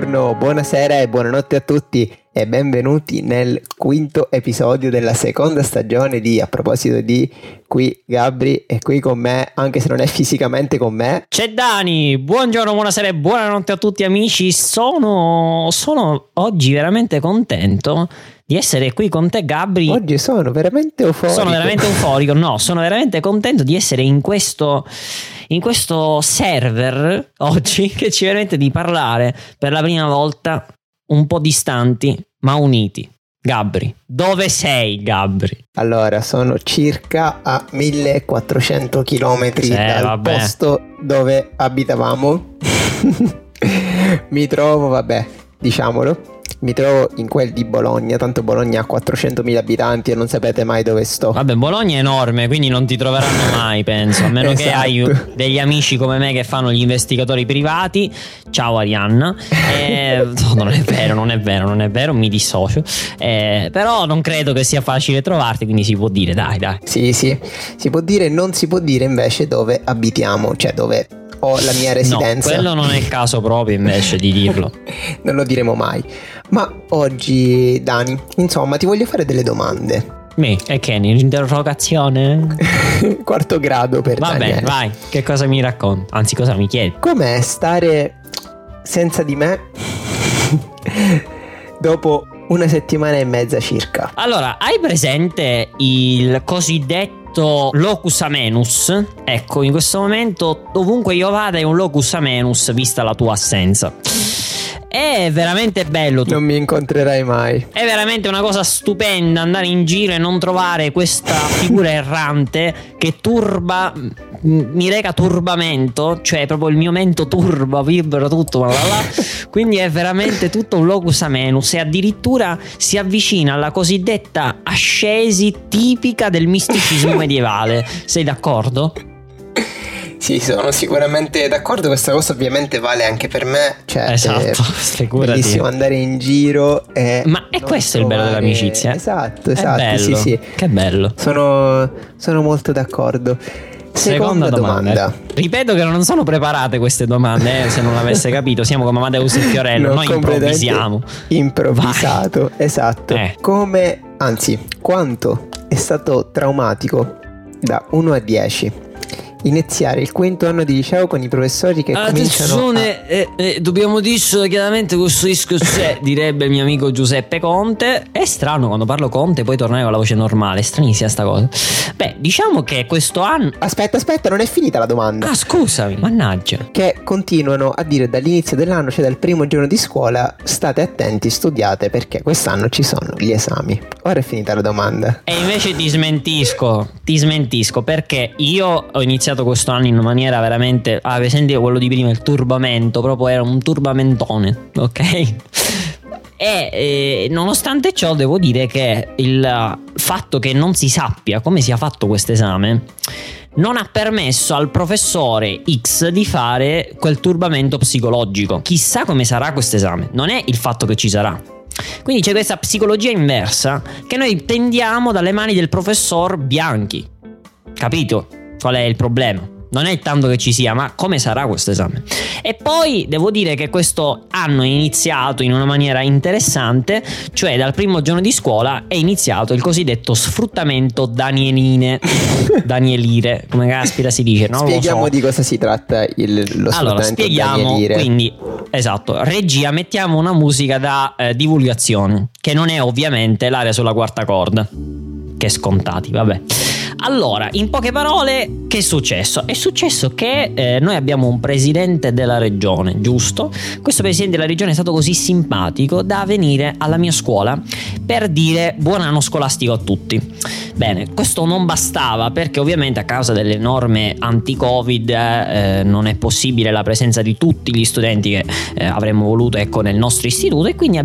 buongiorno, buonasera e buonanotte a tutti e benvenuti nel quinto episodio della seconda stagione di A proposito di. Qui Gabri e qui con me, anche se non è fisicamente con me, c'è Dani. Buongiorno, buonasera e buonanotte a tutti amici. Sono oggi veramente contento di essere qui con te, Gabri. Oggi sono veramente euforico. Sono veramente contento di essere in questo server oggi, che ci permette di parlare per la prima volta un po' distanti ma uniti. Gabri, dove sei, Gabri? Allora, sono circa a 1400 chilometri dal posto dove abitavamo. Mi trovo, diciamolo, mi trovo in quel di Bologna, tanto Bologna ha 400.000 abitanti e non sapete mai dove sto. Vabbè, Bologna è enorme, quindi non ti troveranno mai, penso, a meno che hai degli amici come me che fanno gli investigatori privati. Ciao Arianna. No, non è vero, mi dissocio. Però non credo che sia facile trovarti, quindi si può dire, dai. Sì, si può dire, non si può dire invece dove abitiamo, cioè dove ho la mia residenza. No, quello non è il caso proprio invece di dirlo. Non lo diremo mai. Ma oggi, Dani, insomma, ti voglio fare delle domande. E che un'interrogazione? Quarto grado per Daniele. Vabbè, vai, che cosa mi racconti? Anzi, cosa mi chiedi? Com'è stare senza di me dopo una settimana e mezza circa? Allora, hai presente il cosiddetto locus amenus? Ecco, in questo momento ovunque io vada è un locus amenus vista la tua assenza. È veramente bello. Non mi incontrerai mai. È veramente una cosa stupenda andare in giro e non trovare questa figura errante che turba, mi reca turbamento, cioè proprio il mio mento turba, vibra tutto, quindi è veramente tutto un locus amenus e addirittura si avvicina alla cosiddetta ascesi tipica del misticismo medievale. Sei d'accordo? Sì, sono sicuramente d'accordo. Questa cosa ovviamente vale anche per me. Cioè, esatto, è bellissimo andare in giro e ma è questo il bello dell'amicizia. Esatto, bello. Sì. Che bello. Sono molto d'accordo. Seconda domanda. Ripeto che non sono preparate queste domande, se non l'avesse capito. Siamo come Amadeus e Fiorello, noi improvvisiamo. Improvvisato. Vai. Esatto. Quanto è stato traumatico da 1 a 10 iniziare il quinto anno di liceo con i professori che cominciano dobbiamo dirlo chiaramente, questo disco c'è, direbbe il mio amico Giuseppe Conte. È strano quando parlo Conte poi tornare con la voce normale, è stranissima sta cosa. Beh, diciamo che questo anno... Aspetta, non è finita la domanda. Ah, scusami, mannaggia. Che continuano a dire dall'inizio dell'anno, cioè dal primo giorno di scuola: state attenti, studiate perché quest'anno ci sono gli esami. Ora è finita la domanda. E invece ti smentisco perché io ho iniziato questo anno in una maniera veramente, avete sentito quello di prima, il turbamento, proprio era un turbamentone, ok? E nonostante ciò devo dire che il fatto che non si sappia come sia fatto questo esame non ha permesso al professore X di fare quel turbamento psicologico. Chissà come sarà questo esame, non è il fatto che ci sarà. Quindi c'è questa psicologia inversa che noi tendiamo dalle mani del professor Bianchi. Capito? Qual è il problema? Non è tanto che ci sia, ma come sarà questo esame? E poi devo dire che questo anno è iniziato in una maniera interessante, cioè dal primo giorno di scuola è iniziato il cosiddetto sfruttamento danielire, come caspita si dice, no? Spieghiamo di cosa si tratta lo sfruttamento. Allora, spieghiamo, danielire. Quindi, esatto, regia, mettiamo una musica da divulgazione, che non è ovviamente l'area sulla quarta corda, che scontati, vabbè. Allora, in poche parole, che è successo? È successo che noi abbiamo un presidente della regione, giusto? Questo presidente della regione è stato così simpatico da venire alla mia scuola per dire buon anno scolastico a tutti. Bene, questo non bastava perché ovviamente a causa delle norme anti-Covid non è possibile la presenza di tutti gli studenti che avremmo voluto, ecco, nel nostro istituto, e quindi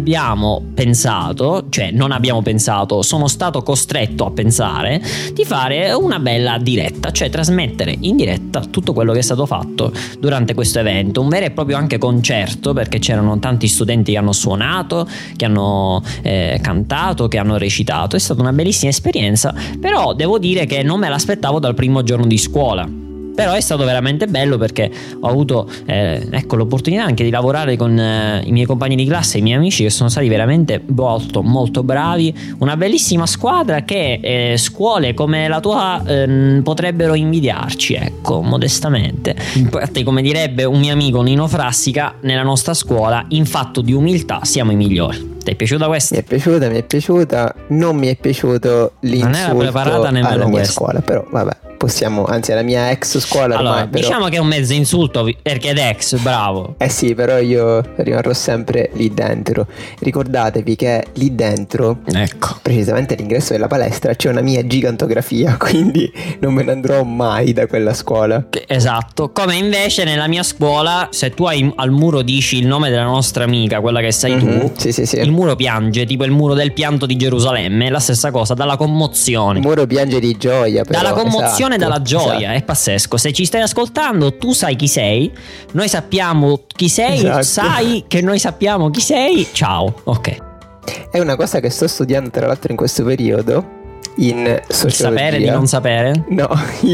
sono stato costretto a pensare di fare una bella diretta, cioè trasmettere in diretta tutto quello che è stato fatto durante questo evento, un vero e proprio anche concerto, perché c'erano tanti studenti che hanno suonato, che hanno cantato, che hanno recitato. È stata una bellissima esperienza, però devo dire che non me l'aspettavo dal primo giorno di scuola. Però è stato veramente bello perché ho avuto l'opportunità anche di lavorare con i miei compagni di classe, i miei amici, che sono stati veramente molto molto bravi. Una bellissima squadra che scuole come la tua potrebbero invidiarci, ecco, modestamente. Infatti, come direbbe un mio amico Nino Frassica, nella nostra scuola in fatto di umiltà siamo i migliori. Ti è piaciuta questa? Mi è piaciuta. Non mi è piaciuto l'insulto. Non era preparata nemmeno alla mia questa scuola, però vabbè, possiamo, anzi alla mia ex scuola allora, ormai, però... diciamo che è un mezzo insulto perché è ex, bravo. Sì, però io rimarrò sempre lì dentro. Ricordatevi che lì dentro, ecco, precisamente all'ingresso della palestra, c'è una mia gigantografia, quindi non me ne andrò mai da quella scuola. Esatto, come invece nella mia scuola, se tu hai al muro dici il nome della nostra amica, quella che sei tu, sì. il muro piange, tipo il muro del pianto di Gerusalemme, è la stessa cosa, dalla commozione. Il muro piange di gioia, però, dalla commozione, dalla gioia, esatto. È pazzesco. Se ci stai ascoltando, tu sai chi sei, noi sappiamo chi sei, esatto. Sai che noi sappiamo chi sei, ciao, ok. È una cosa che sto studiando tra l'altro in questo periodo, in sociologia. Il sapere di non sapere? No,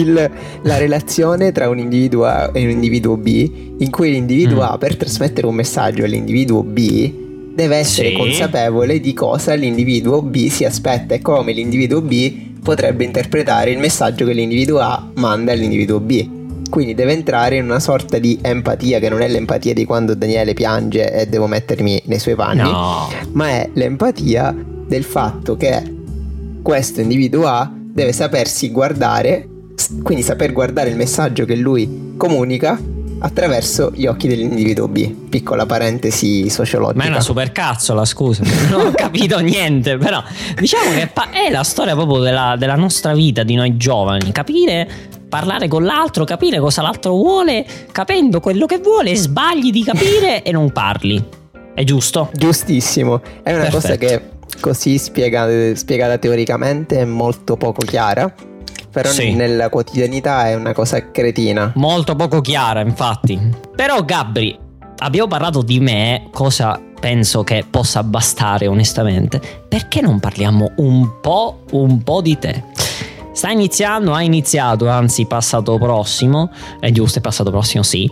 la relazione tra un individuo A e un individuo B, in cui l'individuo A, per trasmettere un messaggio all'individuo B, deve essere consapevole di cosa l'individuo B si aspetta e come l'individuo B potrebbe interpretare il messaggio che l'individuo A manda all'individuo B. Quindi deve entrare in una sorta di empatia, che non è l'empatia di quando Daniele piange e devo mettermi nei suoi panni, no, ma è l'empatia del fatto che questo individuo A deve sapersi guardare, quindi saper guardare il messaggio che lui comunica attraverso gli occhi dell'individuo B. Piccola parentesi sociologica. Ma è una supercazzola, scusa. Non ho capito niente. Però diciamo che è la storia proprio della nostra vita, di noi giovani. Capire, parlare con l'altro, capire cosa l'altro vuole, capendo quello che vuole, sbagli di capire e non parli. È giusto? Giustissimo. È una cosa che così spiegata teoricamente è molto poco chiara, però nella quotidianità è una cosa cretina. Molto poco chiara, infatti. Però Gabri, abbiamo parlato di me, cosa penso che possa bastare onestamente. Perché non parliamo un po' di te? Sta iniziando, ha iniziato, anzi passato prossimo, è giusto, è passato prossimo, sì,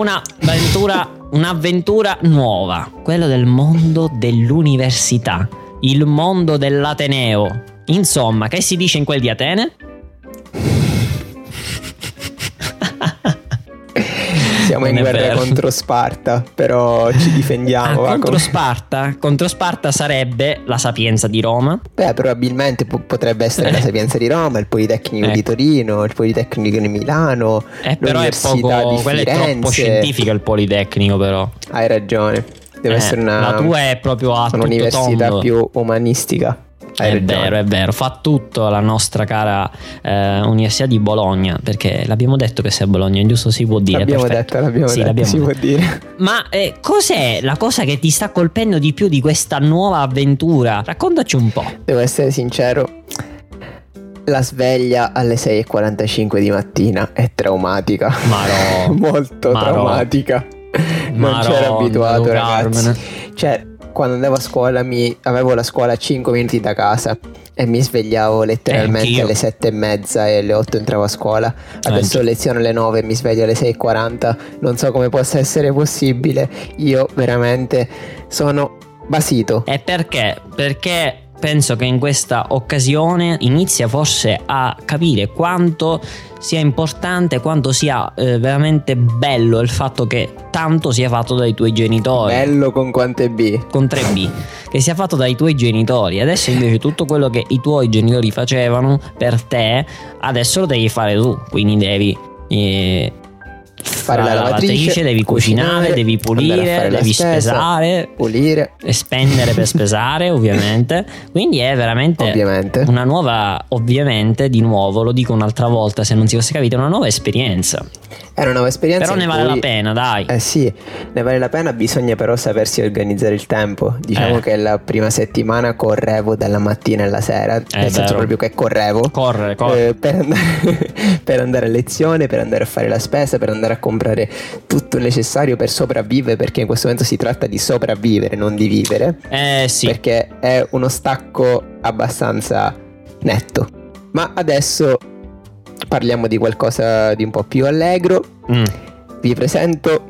un'avventura nuova, quella del mondo dell'università, il mondo dell'Ateneo. Insomma, che si dice in quel di Atene? Siamo in guerra contro Sparta, però ci difendiamo. Contro Sparta sarebbe la Sapienza di Roma. Beh, probabilmente potrebbe essere la Sapienza di Roma, il Politecnico di Torino, il Politecnico di Milano, però è poco, di quello Firenze. È troppo scientifico il Politecnico, però. Hai ragione, deve essere la tua è proprio un'università tondo. Più umanistica. È vero, fa tutto la nostra cara Università di Bologna, perché l'abbiamo detto che sei a Bologna, giusto? Si può dire. L'abbiamo detto, si può dire. Ma cos'è la cosa che ti sta colpendo di più di questa nuova avventura? Raccontaci un po'. Devo essere sincero, la sveglia alle 6:45 di mattina è traumatica. Molto traumatica. Non c'ero abituato, ragazzi. Cioè, quando andavo a scuola avevo la scuola a 5 minuti da casa e mi svegliavo letteralmente alle 7:30 e alle 8 entravo a scuola. Adesso ho lezione alle 9 e mi sveglio alle 6:40. Non so come possa essere possibile. Io veramente sono basito. E perché? Perché penso che in questa occasione inizia forse a capire quanto sia importante, quanto sia veramente bello il fatto che tanto sia fatto dai tuoi genitori. Bello con quante B? Con 3B. Che sia fatto dai tuoi genitori. Adesso invece tutto quello che i tuoi genitori facevano per te, adesso lo devi fare tu. Quindi devi fare la lavatrice, devi cucinare, devi pulire, devi spesare, pulire e spendere per spesare, ovviamente. Quindi è veramente una nuova, ovviamente, di nuovo, lo dico un'altra volta se non si fosse capito, una nuova esperienza. È una nuova esperienza. Però ne vale la pena, dai. Sì, ne vale la pena, bisogna però sapersi organizzare il tempo. Diciamo che la prima settimana correvo dalla mattina alla sera, nel senso proprio che correvo. Corre. Per andare a lezione, per andare a fare la spesa, per andare a comprare tutto il necessario per sopravvivere, perché in questo momento si tratta di sopravvivere, non di vivere. Sì. Perché è uno stacco abbastanza netto. Ma adesso parliamo di qualcosa di un po' più allegro. Vi presento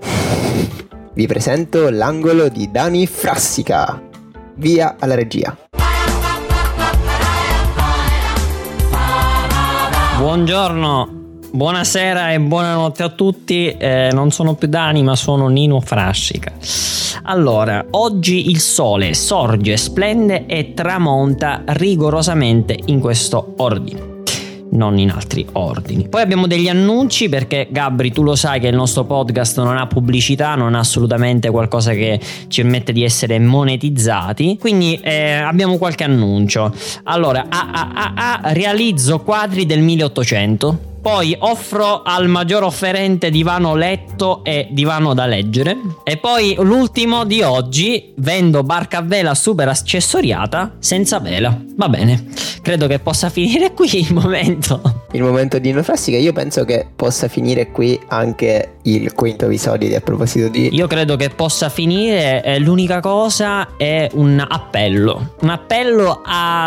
l'angolo di Dani Frassica. Via alla regia. Buongiorno, buonasera e buonanotte a tutti. Non sono più Dani, ma sono Nino Frassica. Allora, oggi il sole sorge, splende e tramonta rigorosamente in questo ordine, non in altri ordini. Poi abbiamo degli annunci, perché Gabri, tu lo sai che il nostro podcast non ha pubblicità, non ha assolutamente qualcosa che ci permette di essere monetizzati, quindi abbiamo qualche annuncio. Allora, realizzo quadri del 1800. Poi offro al maggior offerente divano letto e divano da leggere. E poi l'ultimo di oggi: vendo barca a vela super accessoriata senza vela. Va bene, credo che possa finire qui il momento. Il momento di Nino Frassica. Io penso che possa finire qui anche il quinto episodio di A proposito di. Io credo che possa finire. L'unica cosa è un appello. Un appello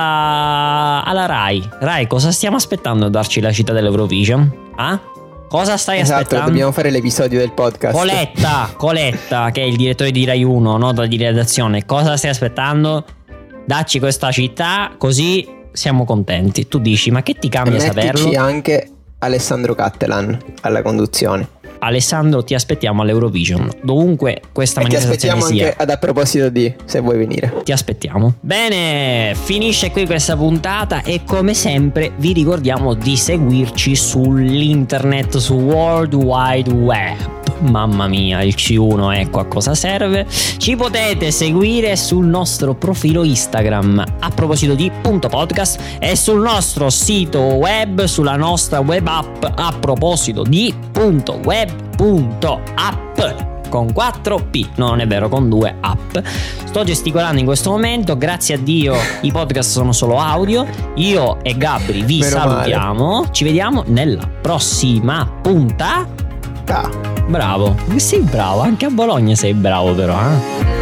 alla Rai, cosa stiamo aspettando a darci la città dell'Eurovision? Ah? Cosa stai aspettando? Dobbiamo fare l'episodio del podcast. Coletta, che è il direttore di Rai 1, nota di redazione. Cosa stai aspettando? Dacci questa città, così siamo contenti. Tu dici, ma che ti cambia saperlo? Mettici anche Alessandro Cattelan alla conduzione. Alessandro, ti aspettiamo all'Eurovision, dovunque questa manifestazione sia. Ti aspettiamo anche ad A proposito di, se vuoi venire. Ti aspettiamo. Bene, finisce qui questa puntata e come sempre vi ricordiamo di seguirci sull'internet, su World Wide Web. Mamma mia, il C1, ecco a cosa serve. Ci potete seguire sul nostro profilo Instagram A proposito di .podcast e sul nostro sito web, sulla nostra web app A proposito di .web.app con 4P, no, non è vero, con 2 app. Sto gesticolando in questo momento, grazie a Dio i podcast sono solo audio. Io e Gabri vi salutiamo, male. Ci vediamo nella prossima puntata. Bravo, sei bravo, anche a Bologna sei bravo però, eh?